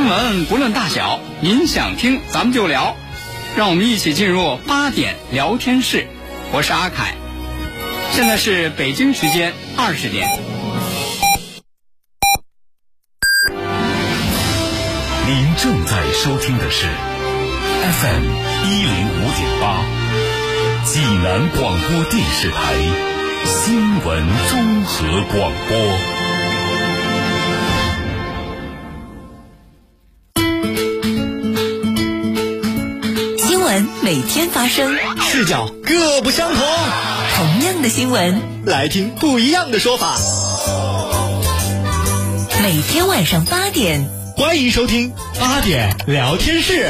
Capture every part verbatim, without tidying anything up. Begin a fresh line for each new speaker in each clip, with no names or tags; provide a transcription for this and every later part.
新闻不论大小，您想听咱们就聊，让我们一起进入八点聊天室。我是阿凯，现在是北京时间二十点。
您正在收听的是 F M 一零五点八，济南广播电视台新闻综合广播。
新闻每天发生，
视角各不相同。
同样的新闻，
来听不一样的说法。
每天晚上八点，
欢迎收听八点聊天室。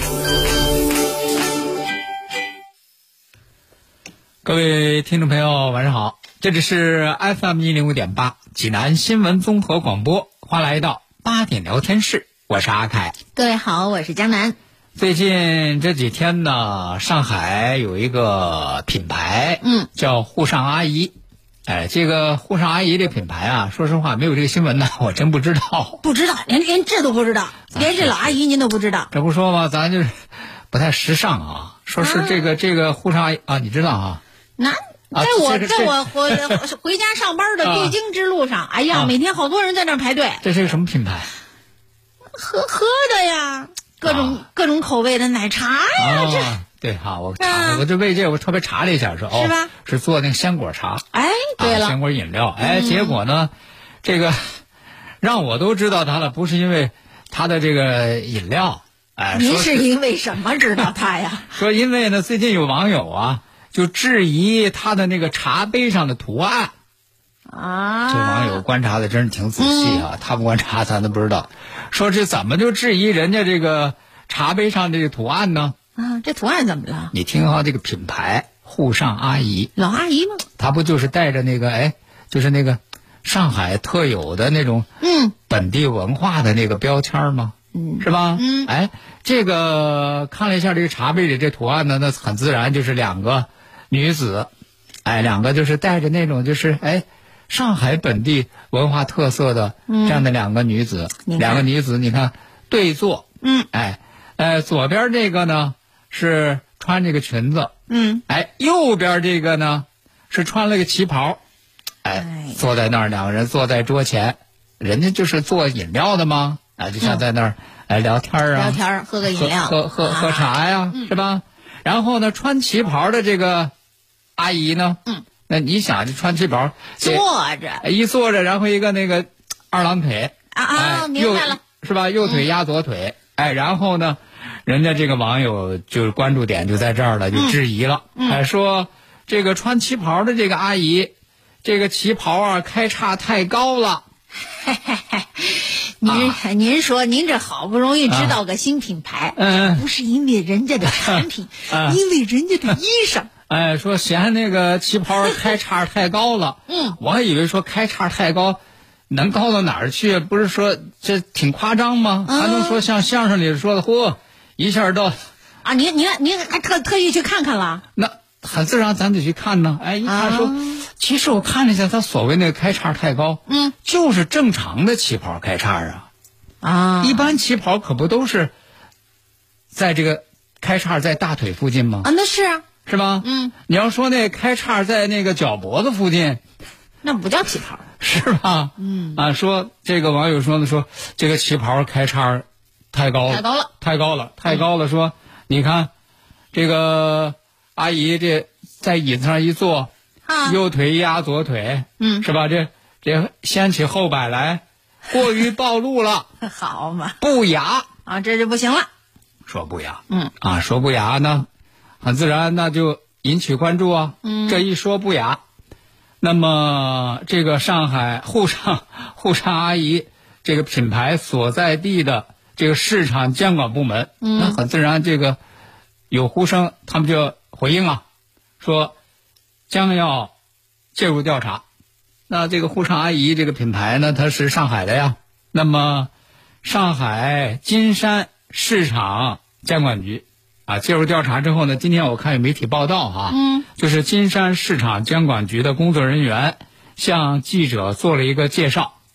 各位听众朋友晚上好，这里是 F M 一零五点八济南新闻综合广播，欢迎来到八点聊天室，我是阿凯。
各位好，我是江南。
最近这几天呢，上海有一个品牌，
嗯，
叫沪上阿姨。哎，这个沪上阿姨这品牌啊，说实话没有这个新闻呢，我真不知道。
不知道，连连这都不知道，连这老阿姨您都不知道。
这不说吗？咱就是不太时尚啊。说是这个、啊、这个沪上阿姨啊，你知道啊？
那在我、啊、在我回回家上班的必经之路上，哎呀，啊、每天好多人在那儿排队。
这是个什么品牌？
喝喝的呀。各种、啊、各种口味的奶茶呀，
哦、
这
对哈，我查、啊，我就为这我特别查了一下，说哦，
是吧？
是做那个鲜果茶，
哎，对了，
啊、鲜果饮料，哎、嗯，结果呢，这个让我都知道它了，不是因为它的这个饮料，哎，
您是因为什么知道它呀？
说因为呢，最近有网友啊，就质疑它的那个茶杯上的图案。
啊，
这网友观察的真是挺仔细啊、嗯！他不观察，咱都不知道。说这怎么就质疑人家这个茶杯上这个图案呢？
啊，这图案怎么了？
你听哈，这个品牌沪上阿姨，
老阿姨吗？
她不就是带着那个哎，就是那个上海特有的那种嗯本地文化的那个标签吗？嗯，是吧？
嗯，
哎，这个看了一下这个茶杯里这图案呢，那很自然就是两个女子，哎，两个就是带着那种就是哎。上海本地文化特色的这样的两个女子，嗯、两个女子，你看对坐，
嗯，
哎，呃，左边这个呢是穿这个裙子，
嗯，
哎，右边这个呢是穿了个旗袍，哎，哎坐在那儿，两个人坐在桌前，人家就是做饮料的嘛，哎，就像在那儿、嗯、哎聊天啊，
聊天喝个饮料，
喝喝喝, 喝茶呀、啊嗯，是吧？然后呢，穿旗袍的这个阿姨呢，
嗯。
那你想，这穿旗袍
坐着，
一坐着，然后一个那个二郎腿
啊啊、哎，明白了，
是吧？右腿压左腿，嗯、哎，然后呢，人家这个网友就关注点就在这儿了，就质疑了，
嗯、
哎，说这个穿旗袍的这个阿姨，这个旗袍啊开叉太高了。
嘿嘿嘿，您、啊、您说您这好不容易知道个新品牌，
嗯、啊，
不是因为人家的产品，啊、因为人家的衣裳。
哎，说嫌那个旗袍开叉太高了，
嗯，
我还以为说开叉太高，能高到哪儿去？不是说这挺夸张吗？
嗯、
还能说像相声里说的，嚯，一下到
啊，您您您还特特意去看看了？
那很自然，咱得去看呢。哎，一看说，啊、其实我看了一下，他所谓那个开叉太高，
嗯，
就是正常的旗袍开叉啊，
啊，
一般旗袍可不都是在这个开叉在大腿附近吗？
啊，那是啊。
是吧？
嗯，
你要说那开叉在那个脚脖子附近，
那不叫旗袍，
是吧？
嗯，
啊，说这个网友说呢，说这个旗袍开叉太高了，
太高了，
太高了，太高了。嗯、说你看这个阿姨这在椅子上一坐，
啊，
右腿压左腿，
嗯，
是吧？这这掀起后摆来，过于暴露了，
好嘛，
不雅
啊，这就不行了。
说不雅，
嗯，
啊，说不雅呢。很自然，那就引起关注啊。
嗯，
这一说不雅，那么这个上海沪上沪上阿姨这个品牌所在地的这个市场监管部门，
嗯，
那很自然，这个有呼声，他们就回应啊，说将要介入调查。那这个沪上阿姨这个品牌呢，它是上海的呀。那么上海金山市场监管局。啊，介入调查之后呢，今天我看有媒体报道哈、啊，
嗯，
就是金山市场监管局的工作人员向记者做了一个介绍，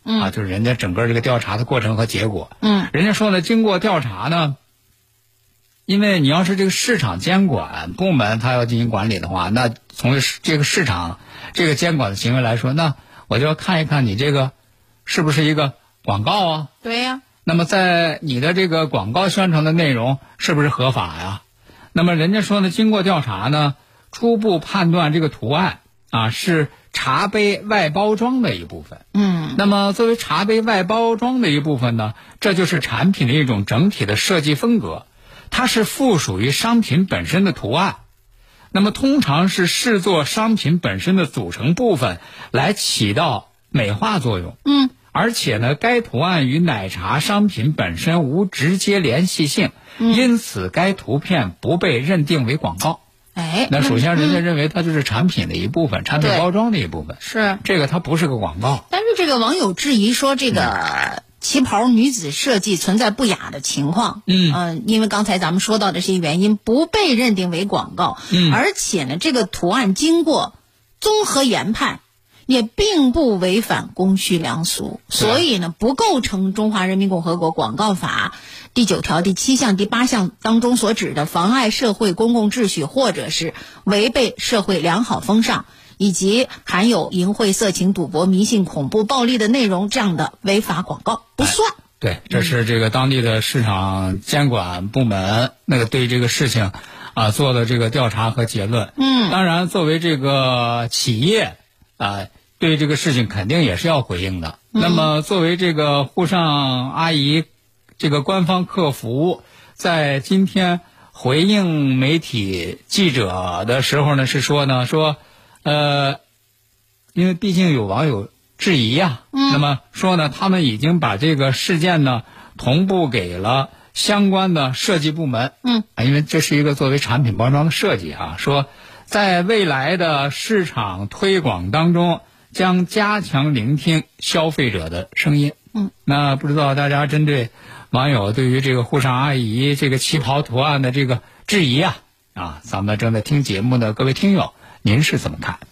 嗯
啊，就是人家整个这个调查的过程和结果。
嗯，
人家说呢，经过调查呢，因为你要是这个市场监管部门他要进行管理的话，那从这个市场这个监管的行为来说，那我就要看一看你这个是不是一个广告啊？
对呀、啊。
那么在你的这个广告宣传的内容是不是合法呀？那么人家说呢，经过调查呢，初步判断这个图案啊是茶杯外包装的一部分。
嗯。
那么作为茶杯外包装的一部分呢，这就是产品的一种整体的设计风格，它是附属于商品本身的图案。那么通常是视作商品本身的组成部分来起到美化作用。
嗯。
而且呢，该图案与奶茶商品本身无直接联系性，
嗯、
因此该图片不被认定为广告。
哎，
那首先人家认为它就是产品的一部分，嗯、产品包装的一部分。
是
这个它不是个广告。
但是这个网友质疑说，这个旗袍女子设计存在不雅的情况。
嗯
嗯、呃，因为刚才咱们说到的这些原因，不被认定为广告。
嗯，
而且呢，这个图案经过综合研判，也并不违反公序良俗，所以呢，不构成《中华人民共和国广告法》第九条第七项、第八项当中所指的妨碍社会公共秩序，或者是违背社会良好风尚，以及含有淫秽、色情、赌博、迷信、恐怖、暴力的内容这样的违法广告不算。
哎、对，这是这个当地的市场监管部门那个对这个事情啊做的这个调查和结论。
嗯，
当然，作为这个企业。啊，对这个事情肯定也是要回应的。
嗯、
那么，作为这个沪上阿姨，这个官方客服在今天回应媒体记者的时候呢，是说呢，说，呃，因为毕竟有网友质疑呀、啊，
嗯、
那么说呢，他们已经把这个事件呢同步给了相关的设计部门。
嗯，
啊，因为这是一个作为产品包装的设计啊，说。在未来的市场推广当中，将加强聆听消费者的声音。
嗯，
那不知道大家针对网友对于这个沪上阿姨这个旗袍图案的这个质疑啊，啊，咱们正在听节目的各位听友，您是怎么看？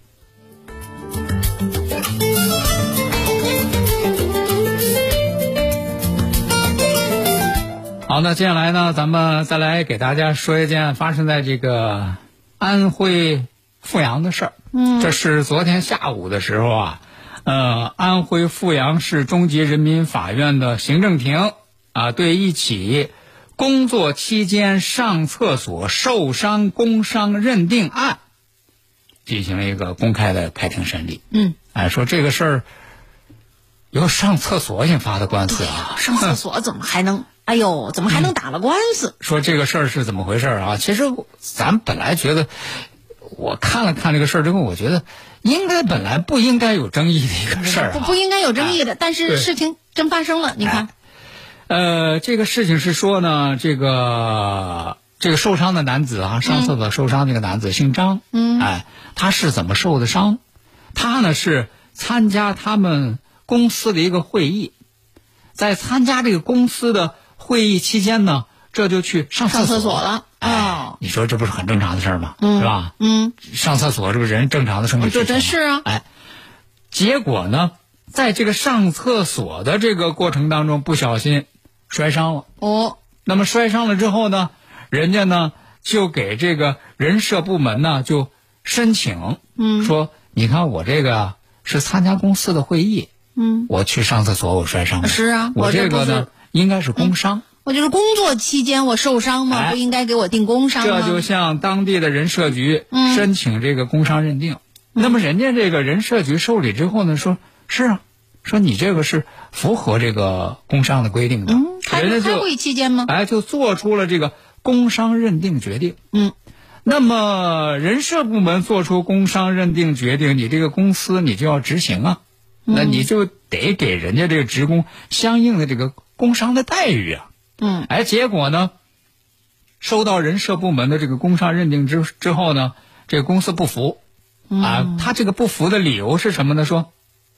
好，那接下来呢，咱们再来给大家说一件发生在这个安徽阜阳的事儿。
嗯，这
是昨天下午的时候啊，呃，安徽阜阳市中级人民法院的行政庭啊，对一起工作期间上厕所受伤工伤认定案进行了一个公开的开庭审理。
嗯，
哎，说这个事儿由上厕所引发的官司啊，
上厕所怎么还能？哎呦，怎么还能打了官司？
嗯、说这个事儿是怎么回事啊？其实咱本来觉得。我看了看这个事儿之后，我觉得应该本来不应该有争议的一个事儿、啊，
不不应该有争议的，
哎、
但是事情真发生了，你看，
哎、呃，这个事情是说呢，这个这个受伤的男子啊，上厕所受伤这个男子、嗯、姓张，
嗯，
哎，他是怎么受的伤？他呢是参加他们公司的一个会议，在参加这个公司的会议期间呢，这就去上厕所,
上厕所了。
哦，你说这不是很正常的事儿吗？
嗯，
是吧？
嗯，
上厕所这不是人正常的生理需求吗？
这真是啊。
哎，结果呢，在这个上厕所的这个过程当中，不小心摔伤了。
哦，
那么摔伤了之后呢，人家呢就给这个人社部门呢就申请，
嗯，
说你看我这个是参加公司的会议，
嗯，
我去上厕所我摔伤了。
是啊，
我这个呢应该是工伤。
嗯，我就是工作期间我受伤吗？
哎、
不应该给我定工伤吗？
这就向当地的人社局申请这个工伤认定。嗯、那么人家这个人社局受理之后呢，说是啊，说你这个是符合这个工伤的规定的。
嗯，开
人家就
开会期间吗？
哎，就做出了这个工伤认定决定。
嗯，
那么人社部门做出工伤认定决定，你这个公司你就要执行啊，
嗯、
那你就得给人家这个职工相应的这个工伤的待遇啊。
嗯，
哎，结果呢，收到人社部门的这个工伤认定之之后呢，这个公司不服，
嗯、
啊，他这个不服的理由是什么呢？说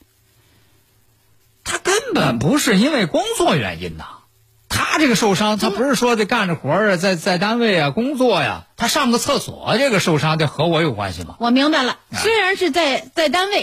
他根本不是因为工作原因呐，他这个受伤，他不是说这干着活啊，在在单位啊工作呀，他上个厕所这个受伤，这和我有关系吗？
我明白了，虽然是在在单位。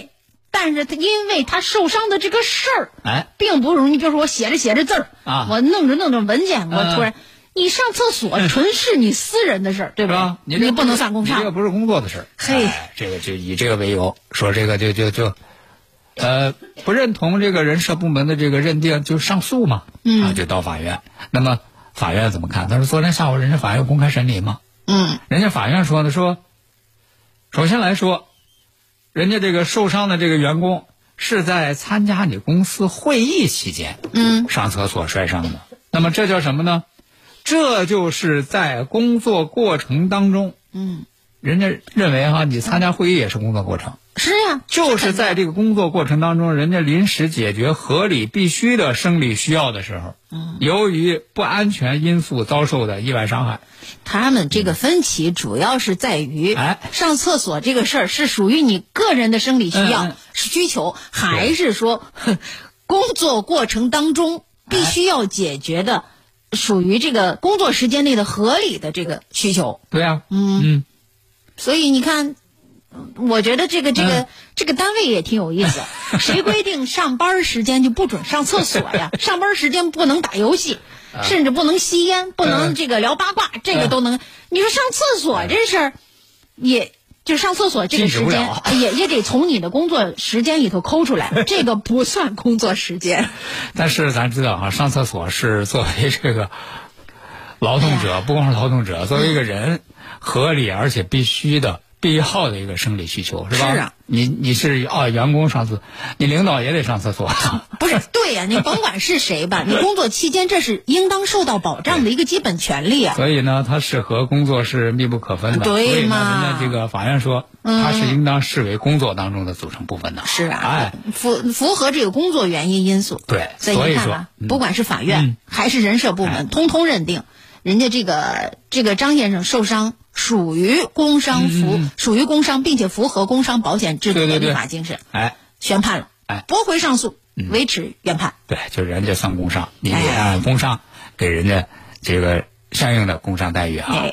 但是他因为他受伤的这个事儿，
哎，
并不容易。比如说我写着写着字儿
啊，
我弄着弄着文件，
嗯、
我突然。你上厕所纯是你私人的事儿，对不对？
你
你不能算工伤，
你这个不是工作的事儿。
嘿、
哎，这个就以这个为由说这个就就就，呃，不认同这个人社部门的这个认定，就上诉嘛，
嗯，
啊，就到法院。那么法院怎么看？他说昨天下午人家法院公开审理嘛，
嗯，
人家法院说呢，说，首先来说，人家这个受伤的这个员工是在参加你公司会议期间，
嗯，
上厕所摔伤的。那么这叫什么呢？这就是在工作过程当中，
嗯，
人家认为哈，你参加会议也是工作过程，
是呀，
就是在这个工作过程当中，人家临时解决合理必须的生理需要的时候，嗯，由于不安全因素遭受的意外伤害。
他们这个分歧主要是在于，
哎，
上厕所这个事儿是属于你个人的生理需要、
嗯、
需求，还是说工作过程当中必须要解决的？属于这个工作时间内的合理的这个需求。
对啊，
嗯
嗯，
所以你看，我觉得这个这个、
嗯、
这个单位也挺有意思。谁规定上班时间就不准上厕所呀？上班时间不能打游戏，
啊、
甚至不能吸烟，不能这个聊八卦，嗯、这个都能。你说上厕所这事儿，也。就上厕所这个时间也也得从你的工作时间里头抠出来，这个不算工作时间。
但是咱知道啊，上厕所是作为这个劳动者，不光是劳动者，作为一个人合理而且必须的必要的一个生理需求，是吧？
是啊，
你你是啊，员工上厕所，你领导也得上厕所。
不是，对呀、啊，你甭管是谁吧，你工作期间这是应当受到保障的一个基本权利啊。
所以呢，它是和工作是密不可分的。
对嘛？
所以呢，人家这个法院说，它是应当视为工作当中的组成部分的。
是啊，
哎，
符符合这个工作原因因素。
对，
所以你看啊，
嗯、
不管是法院、嗯、还是人社部门，
哎、
通通认定，人家这个这个张先生受伤。属于工伤符，
嗯、
属于工伤，并且符合工伤保险制度的立法精神。
哎，
宣判了，
哎，
驳回上诉，
嗯、
维持原判。
对，就人家算工伤，你得按工伤给人家这个相应的工伤待遇啊。
哎、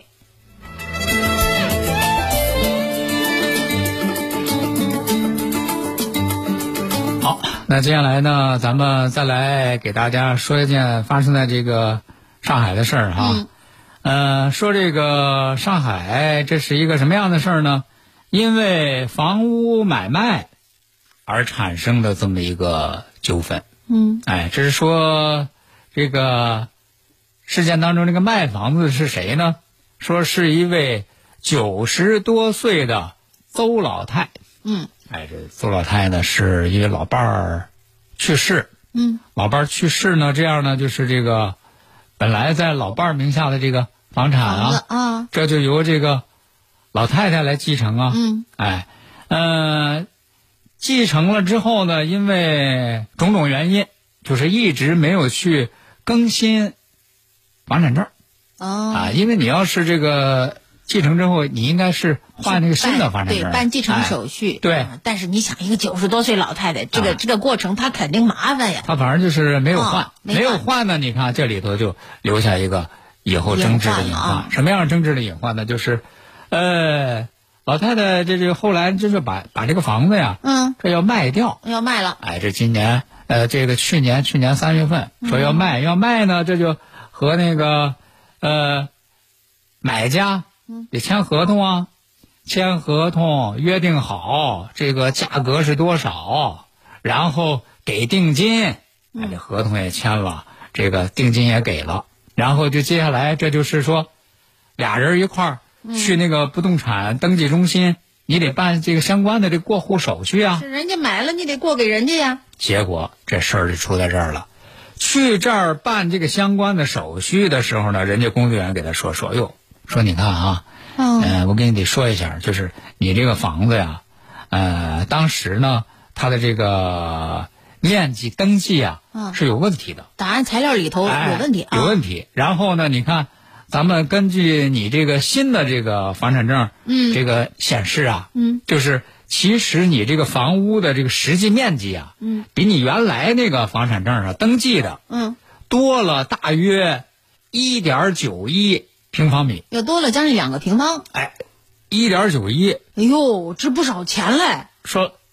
好，那接下来呢，咱们再来给大家说一件发生在这个上海的事儿哈。
嗯
呃，说这个上海，这是一个什么样的事儿呢？因为房屋买卖而产生的这么一个纠纷。
嗯，
哎，这是说这个事件当中这个卖房子是谁呢？说是一位九十多岁的邹老太。
嗯，
哎，这邹老太呢是因为老伴儿去世。
嗯，
老伴儿去世呢，这样呢就是这个本来在老伴儿名下的这个房产啊，
啊，
这就由这个老太太来继承啊。
嗯，
哎，呃，继承了之后呢，因为种种原因，就是一直没有去更新房产证。
哦，
啊，因为你要是这个继承之后，你应该是换那个新的房产证，
对，办继承手续。
哎、对、
嗯，但是你想，一个九十多岁老太太，这个、
啊、
这个过程她肯定麻烦呀。
她反正就是没有换，
哦、没,
没有换呢。你看这里头就留下一个。以后争执的隐患，
啊、
什么样争执的隐患呢？就是，呃，老太太这这后来就是把把这个房子呀，
嗯，
这要卖掉，
要卖了。
哎，这今年呃，这个去年去年三月份说要卖，嗯、要卖呢，这就和那个呃买家得签合同啊，签合同约定好这个价格是多少，然后给定金，哎，这合同也签了，这个定金也给了。然后就接下来，这就是说，俩人一块儿去那个不动产登记中心，嗯、你得办这个相关的这过户手续啊。
是人家买了，你得过给人家呀。
结果这事儿就出在这儿了。去这儿办这个相关的手续的时候呢，人家工作人员给他说说，哟，说你看啊，嗯、呃，我给你得说一下，就是你这个房子呀，呃，当时呢，它的这个面积登记啊。
嗯、
是有问题的，
档案材料里头有问题，
哎、有问题。
啊、
然后呢，你看，咱们根据你这个新的这个房产证，
嗯，
这个显示啊，
嗯，
就是其实你这个房屋的这个实际面积啊，
嗯，
比你原来那个房产证上登记的，
嗯，
多了大约一点九一平方米，
又多了将近两个平方。
哎，一点九一，
哎呦，这不少钱嘞！
说。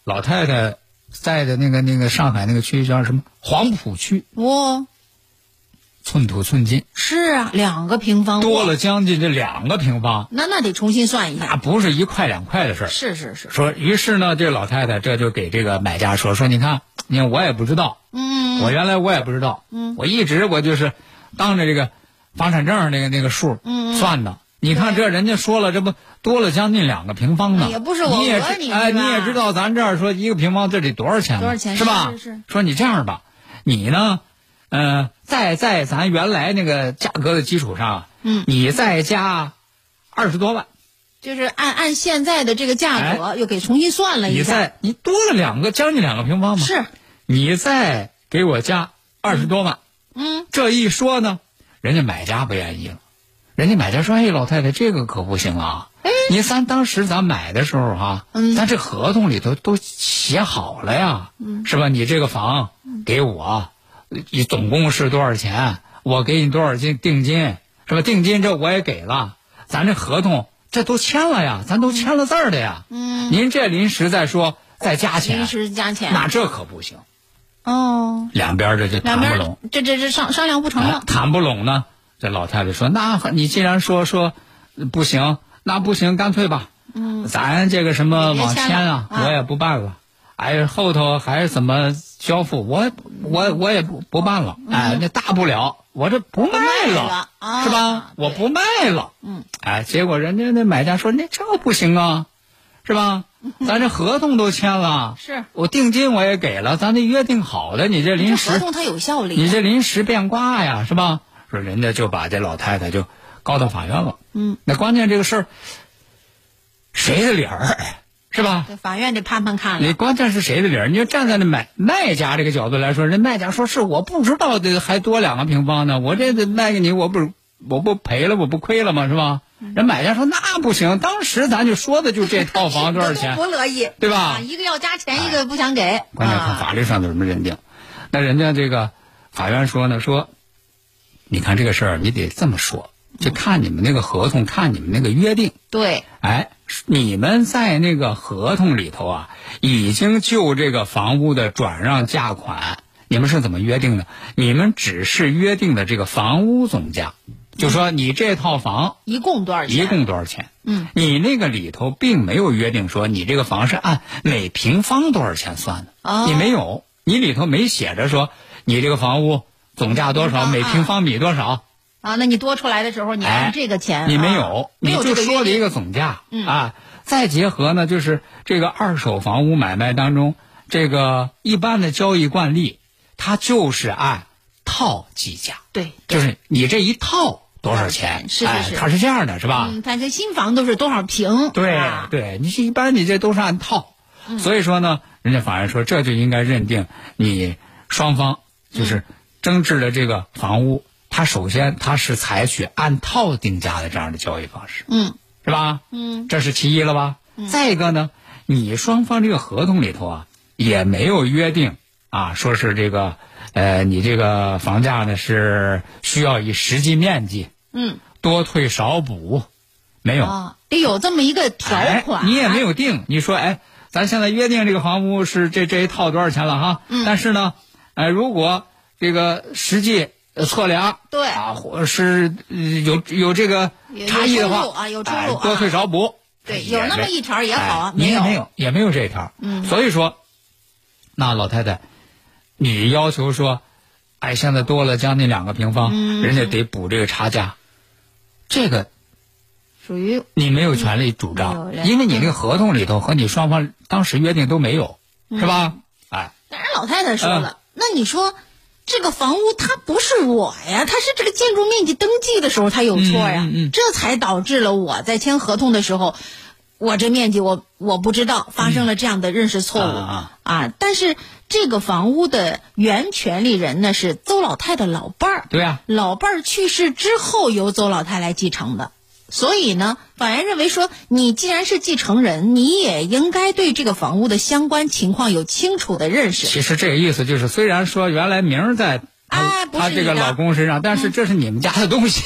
老太太在的那个那个上海那个区叫什么黄浦区，
哇，
寸土寸金，
是啊，两个平方
多了将近这两个平方，
那那得重新算一下，
那不是一块两块的事儿。
是是是。
说，于是呢，这老太太这就给这个买家说说，你看，你看我也不知道，
嗯，
我原来我也不知道，
嗯，
我一直我就是当着这个房产证那个那个数，嗯，算的。你看这人家说了，这不多了将近两个平方呢，
也不是我
你也
讹你，
哎，你也知道咱这儿说一个平方这得多少钱呢？
多少钱
是吧？
是是。
说你这样吧，你呢？呃，再在咱原来那个价格的基础上，
嗯，
你再加二十多万，
就是按按现在的这个价格、哎、又给重新算了一下。
你再你多了两个将近两个平方嘛，
是，
你再给我加二十多万，
嗯，
这一说呢，人家买家不愿意了，人家买家说：“哎，老太太，这个可不行啊！哎，你咱当时咱买的时候哈、啊，
嗯，
咱这合同里头都写好了呀，
嗯，
是吧？你这个房给我。”你总共是多少钱？我给你多少金定金，是吧？定金这我也给了，咱这合同这都签了呀，咱都签了字儿的呀。
嗯，
您这临时再说再加钱，
临时加钱，
那这可不行。
哦，
两边这就谈不拢，
这这这商商量不成了、
哎。谈不拢呢，这老太太说：“那你既然说说不行，那不行，干脆吧，
嗯，
咱这个什么网签啊，
啊
我也不办了。哎，后头还是怎么交付，我我我也不不办了。哎，那大不了我这不卖了，
卖了啊、
是吧？我不卖了。
嗯，
哎，结果人家那买家说：“那这不行啊，是吧？咱这合同都签了，
是
我定金我也给了，咱这约定好的，你这临时
合同它有效力，
你这临时变卦呀，是吧？说人家就把这老太太就告到法院了。
嗯，
那关键这个事儿谁的理儿？”是吧？
对，法院得判判看了。
你关键是谁的理儿？你就站在那买卖家这个角度来说，人卖家说是我不知道的，还多两个平方呢，我这卖给你，我不我不赔了，我不亏了吗？是吧？嗯、人买家说那不行，当时咱就说的就这套房多少钱，
不乐意，
对吧、
啊？一个要加钱，一个不想给。哎、
关键看法律上有什么认定。啊、那人家这个法院说呢，说你看这个事儿，你得这么说。就看你们那个合同，看你们那个约定。
对，
哎，你们在那个合同里头啊，已经就这个房屋的转让价款，你们是怎么约定的？你们只是约定的这个房屋总价，就说你这套房
一共多少钱？
一共多少钱？
嗯，
你那个里头并没有约定说你这个房是按每平方多少钱算的，
哦、
你没有，你里头没写着说你这个房屋总价多少，每平方米多少。
啊，那你多出来的时候，你按这个钱，
哎、你没有，
没有
你就说了一个总价，
嗯
啊，再结合呢，就是这个二手房屋买卖当中，这个一般的交易惯例，它就是按套计价，
对，
就是你这一套多少钱，
是是是，
哎、它是这样的，是吧？
嗯，它这新房都是多少平？
对、
啊、
对，你一般你这都是按套，
嗯、
所以说呢，人家法院说这就应该认定你双方就是争执的这个房屋。它首先它是采取按套定价的这样的交易方式，
嗯，
是吧？
嗯，
这是其一了吧？
嗯、
再一个呢，你双方这个合同里头啊，也没有约定啊，说是这个呃，你这个房价呢是需要以实际面积，
嗯，
多退少补，没有，
啊，得有这么一个条款、
哎，你也没有定，你说哎，咱现在约定这个房屋是这这一套多少钱了哈？
嗯，
但是呢，呃，如果这个实际。测量
对
啊，或者是有有这个差异的话
啊，有出入、
哎、多退少补。
对，有那么一条也好啊，
哎、
没有
没有也没有这一条。
嗯，
所以说，那老太太，你要求说，哎，现在多了将近两个平方，
嗯、
人家得补这个差价，这个
属于
你没有权利主张，因为你那个合同里头和你双方当时约定都没有，
嗯、
是吧？哎，
但是老太太说了，
嗯、
那你说。这个房屋它不是我呀，它是这个建筑面积登记的时候它有错呀，
嗯嗯嗯、
这才导致了我在签合同的时候，我这面积我我不知道发生了这样的认识错误、
嗯、啊,
啊。但是这个房屋的原权利人呢是邹老太的老伴儿，
对呀、啊，
老伴儿去世之后由邹老太来继承的。所以呢，法院认为说，你既然是继承人，你也应该对这个房屋的相关情况有清楚的认识。
其实这个意思就是，虽然说原来名在
哎，
他这个老公身上，但是这是你们家的东西。
对，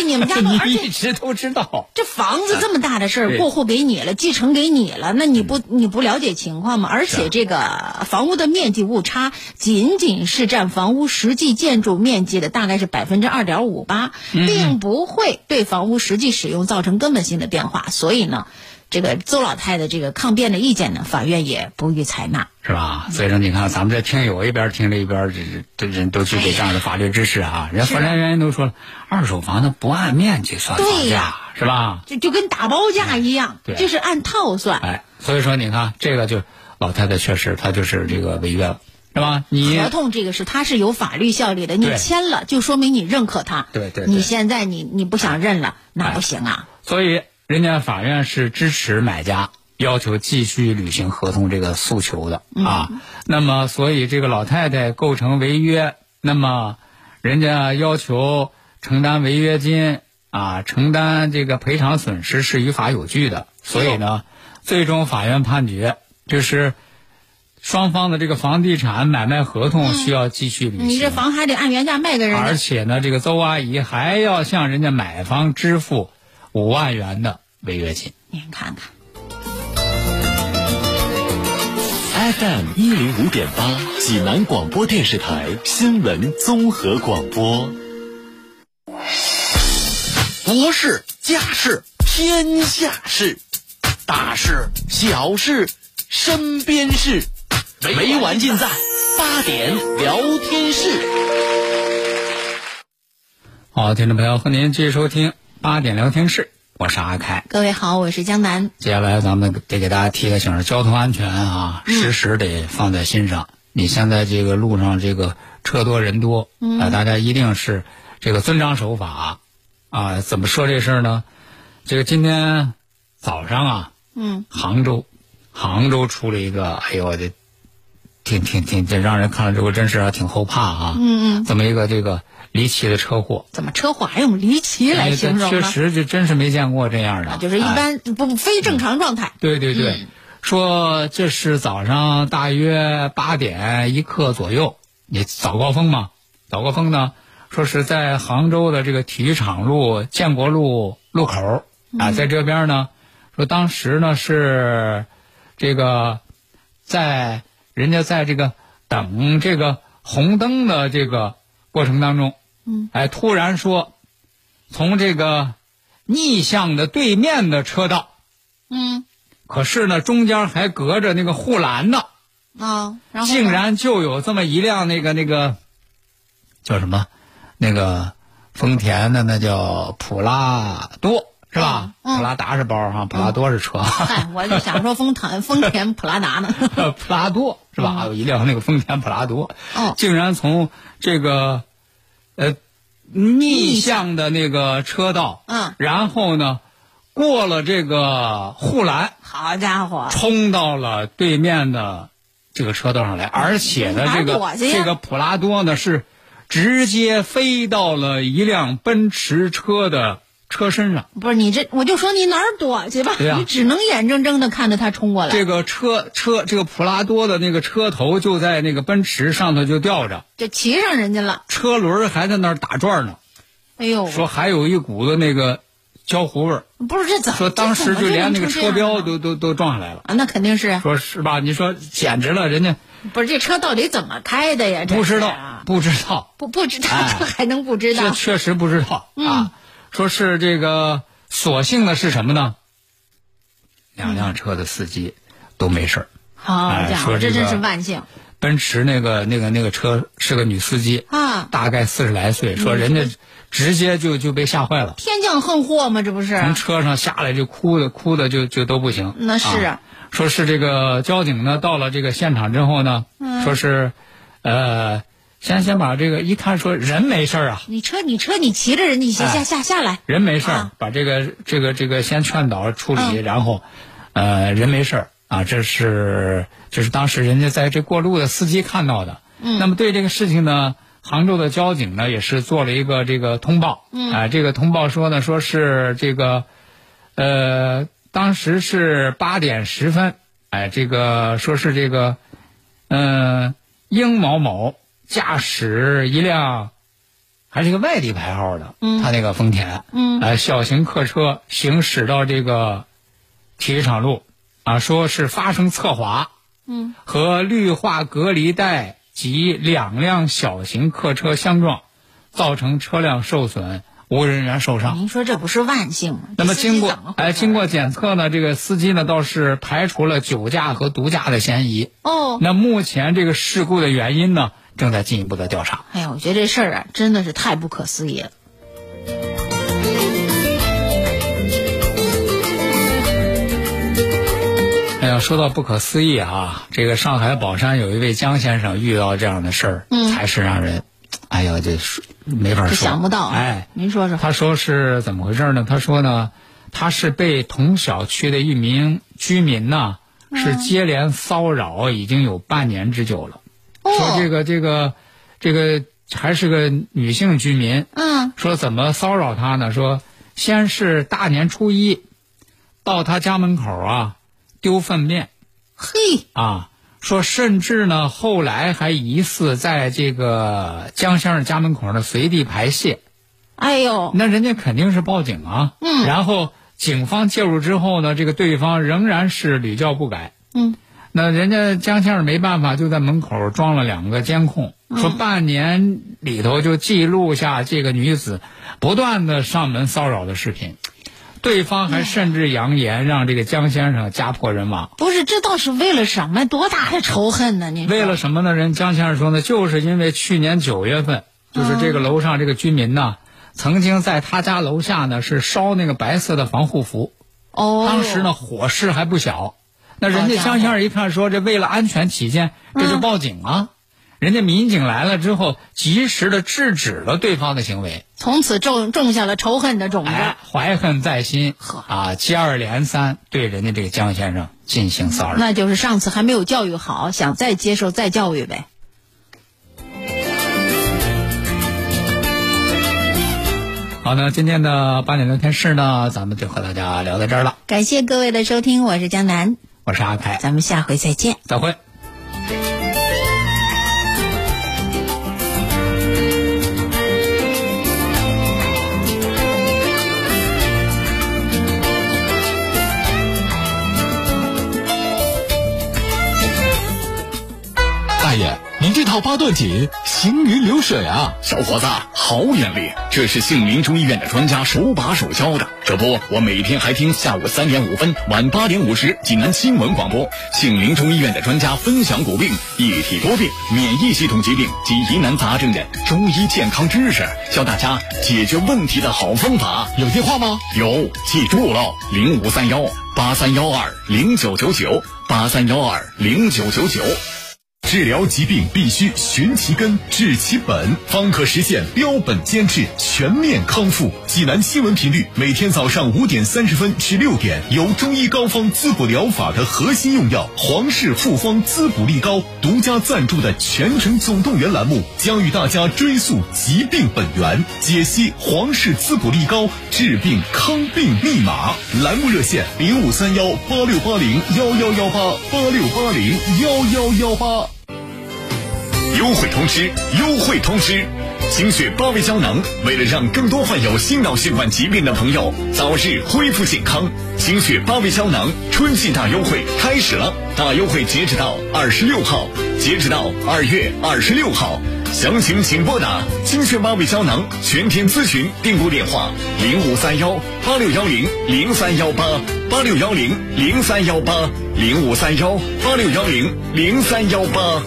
你们家都，而
你
且
一直都知道。
这房子这么大的事儿，
对
过户给你了，继承给你了，那你不你不了解情况吗？而且这个房屋的面积误差仅仅是占房屋实际建筑面积的大概是百分之二点五八，并不会对房屋实际使用造成根本性的变化。所以呢，这个邹老太的这个抗辩的意见呢，法院也不予采纳，
是吧？所以说，你看，咱们这听友一边听着一边，这这人都具备这样的法律知识啊。人家法律人都说了，二手房子不按面积算房价，
对呀
是吧？
就就跟打包价一样，
对
这是按套算。
哎，所以说你看，这个就老太太确实她就是这个违约了，是吧？你
合同这个是它是有法律效力的，你
对
签了就说明你认可它。
对对对
你现在你你不想认了，那不行啊。
所以人家法院是支持买家要求继续履行合同这个诉求的啊。
嗯、
那么，所以这个老太太构成违约，那么人家要求承担违约金啊，承担这个赔偿损失是于法有据的。所以呢，最终法院判决就是双方的这个房地产买卖合同需要继续履行。
嗯、你这房还得按原价卖给人家。
而且呢，这个邹阿姨还要向人家买方支付五万元的违约金。
您看看。
F M 一零五点八，济南广播电视台新闻综合广播。
国事、家事、天下事，大事、小事、身边事，每晚尽在八点聊天室。
好，听众朋友，和您继续收听八点聊天室。我是阿凯，
各位好，我是江南。
接下来咱们得给大家提个醒，交通安全啊，
嗯、
时时得放在心上。你现在这个路上这个车多人多，嗯、呃，大家一定是这个遵章守法啊。怎么说这事儿呢？这个今天早上啊，
嗯，
杭州，杭州出了一个，哎呦，这挺挺挺，这让人看了之后真是啊挺后怕啊。
嗯嗯，
这么一个这个离奇的车祸。
怎么车祸还用离奇来形容呢？
确实，就真是没见过这样的，
啊、就是一般、哎、不非正常状态。
对对对、嗯，说这是早上大约八点一刻左右，你早高峰嘛，早高峰呢，说是在杭州的这个体育场路建国路路口啊，在这边呢，说当时呢是这个在人家在这个等这个红灯的这个过程当中。
嗯，
哎，突然说，从这个逆向的对面的车道，
嗯，
可是呢，中间还隔着那个护栏呢，
啊，然后
竟然就有这么一辆那个那个叫什么，那个丰田的那叫普拉多是吧？
嗯、
普拉达是包哈，普拉多是车。
嗨、嗯，我就想说丰田丰田普拉达呢，
普拉多是吧？有、嗯、一辆那个丰田普拉多，
哦，
竟然从这个。呃，逆向的那个车道，
嗯，
然后呢，过了这个护栏，
好家伙，
冲到了对面的这个车道上来，而且呢，这个这个普拉多呢是直接飞到了一辆奔驰车的车身上。
不是你这，我就说你哪儿躲去吧，
对呀、啊，
你只能眼睁睁的看着他冲过来。
这个车车这个普拉多的那个车头就在那个奔驰上头就吊着，
就骑上人家了，
车轮还在那儿打转呢。
哎呦，
说还有一股子那个焦糊味儿。
不是这怎么？
说当时就连那个车标都都都撞下来了
啊，那肯定是。
说是吧？你说简直了，人家
不是这车到底怎么开的呀？
不知道，不知道，
不不知道，
哎、
这还能不知道？
这确实不知道、
嗯、
啊。说是这个，所幸的是什么呢？两辆车的司机都没事儿。
好家伙，这真是万幸。
奔驰那个那个那个车是个女司机
啊，
大概四十来岁，说人家直接就就被吓坏了。
天降横祸吗？这不是？
从车上下来就哭的哭的就就都不行。
那是啊。
说是这个交警呢，到了这个现场之后呢，
嗯、
说是，呃。先先把这个一看说人没事啊，
你车你车你骑着人你先下、哎、下下来，
人没事、
啊，
把这个这个这个先劝导处理，
嗯、
然后，呃人没事啊，这是这是当时人家在这过路的司机看到的。
嗯，
那么对这个事情呢，杭州的交警呢也是做了一个这个通报。
嗯，
啊、呃，这个通报说呢，说是这个，呃，当时是八点十分，哎，这个说是这个，嗯、呃，殷某某。驾驶一辆还是一个外地牌号的，
嗯，
他那个丰田，
嗯，
呃，小型客车行驶到这个体育场路，啊，说是发生侧滑，
嗯，
和绿化隔离带及两辆小型客车相撞，造成车辆受损，无人员受伤。
您说这不是万幸吗？
那么经过哎经过检测呢，这个司机呢倒是排除了酒驾和毒驾的嫌疑。
哦，
那目前这个事故的原因呢，正在进一步的调查。
哎呀，我觉得这事儿啊，真的是太不可思议了。
哎呀，说到不可思议啊，这个上海宝山有一位江先生遇到这样的事儿，
嗯，
才是让人，哎呀，这没法说，
想不到。
哎，
您说说。
他说是怎么回事呢？他说呢，他是被同小区的一名居民呢，嗯、是接连骚扰，已经有半年之久了。
哦、
说这个这个这个还是个女性居民。
嗯。
说怎么骚扰他呢？说先是大年初一，到他家门口啊。丢粪便，
嘿
啊，说甚至呢，后来还疑似在这个江先生家门口呢随地排泄。
哎呦，
那人家肯定是报警啊。
嗯。
然后警方介入之后呢，这个对方仍然是屡教不改。
嗯。
那人家江先生没办法，就在门口装了两个监控，
嗯、
说半年里头就记录下这个女子不断的上门骚扰的视频。对方还甚至扬言让这个江先生家破人亡。
不是，这倒是为了什么？多大的仇恨呢？你
为了什么呢？人江先生说呢，就是因为去年九月份，就是这个楼上这个居民呢，嗯、曾经在他家楼下呢是烧那个白色的防护服。
哦。
当时呢火势还不小，那人家江先生一看说，这为了安全起见，这就报警啊。嗯人家民警来了之后，及时的制止了对方的行为，
从此种种下了仇恨的种子，
哎，怀恨在心，啊，接二连三对人家这个江先生进行骚扰。
那就是上次还没有教育好，想再接受再教育呗。
好的，今天的八点聊天室呢，咱们就和大家聊到这儿了。
感谢各位的收听，我是江南，
我是阿凯，
咱们下回再见，
再会。
大爷，您这套八段锦行云流水啊！
小伙子，好眼力，这是杏林中医院的专家手把手教的。这不，我每天还听下午三点五分、晚八点五十济南新闻广播，杏林中医院的专家分享骨病、一体多病、免疫系统疾病及疑难杂症的中医健康知识，教大家解决问题的好方法。
有电话吗？
有，记住了，零五三幺八三幺二零九九九八三幺二零九九九。
治疗疾病必须寻其根、治其本，方可实现标本兼治、全面康复。济南新闻频率每天早上五点三十分至六点，由中医膏方滋补疗法的核心用药皇氏复方滋补力膏独家赞助的全程总动员栏目，将与大家追溯疾病本源，解析皇氏滋补力膏治病康病密码。栏目热线零五三幺八六八零幺幺幺八八六八零幺幺幺八。
优惠通知，优惠通知！精血八味胶囊为了让更多患有心脑血管疾病的朋友早日恢复健康，精血八味胶囊春季大优惠开始了，大优惠截止到二十六号，截止到二月二十六号。详情请拨打精血八味胶囊全天咨询订购电话零五三幺八六幺零零三幺八八六幺零零三幺八零五三幺八六幺零零三幺八。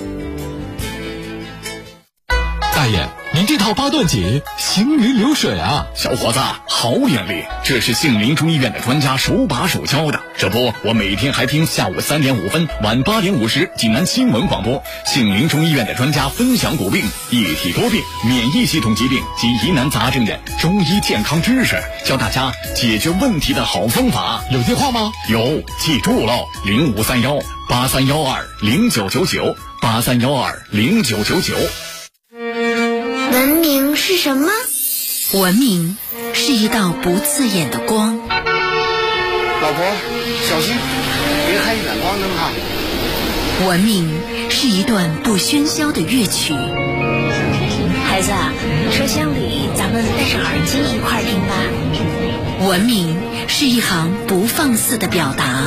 大爷，您这套八段锦行云流水啊！
小伙子，好眼力，这是杏林中医院的专家手把手教的。这不，我每天还听下午三点五分、晚八点五十济南新闻广播，杏林中医院的专家分享骨病、一体多病、免疫系统疾病及疑难杂症的中医健康知识，教大家解决问题的好方法。
有电话吗？
有，记住了，零五三幺八三幺二零九九九八三幺二零九九九。
文明是什么？
文明是一道不刺眼的光。
老婆，小心，别开远光灯哈。
文明是一段不喧嚣的乐曲。孩
子啊，车厢里咱们戴上耳机一块儿听吧。
文明是一行不放肆的表达。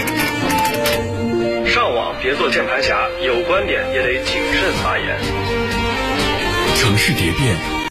上网别做键盘侠，有观点也得谨慎发言。
城市蝶变，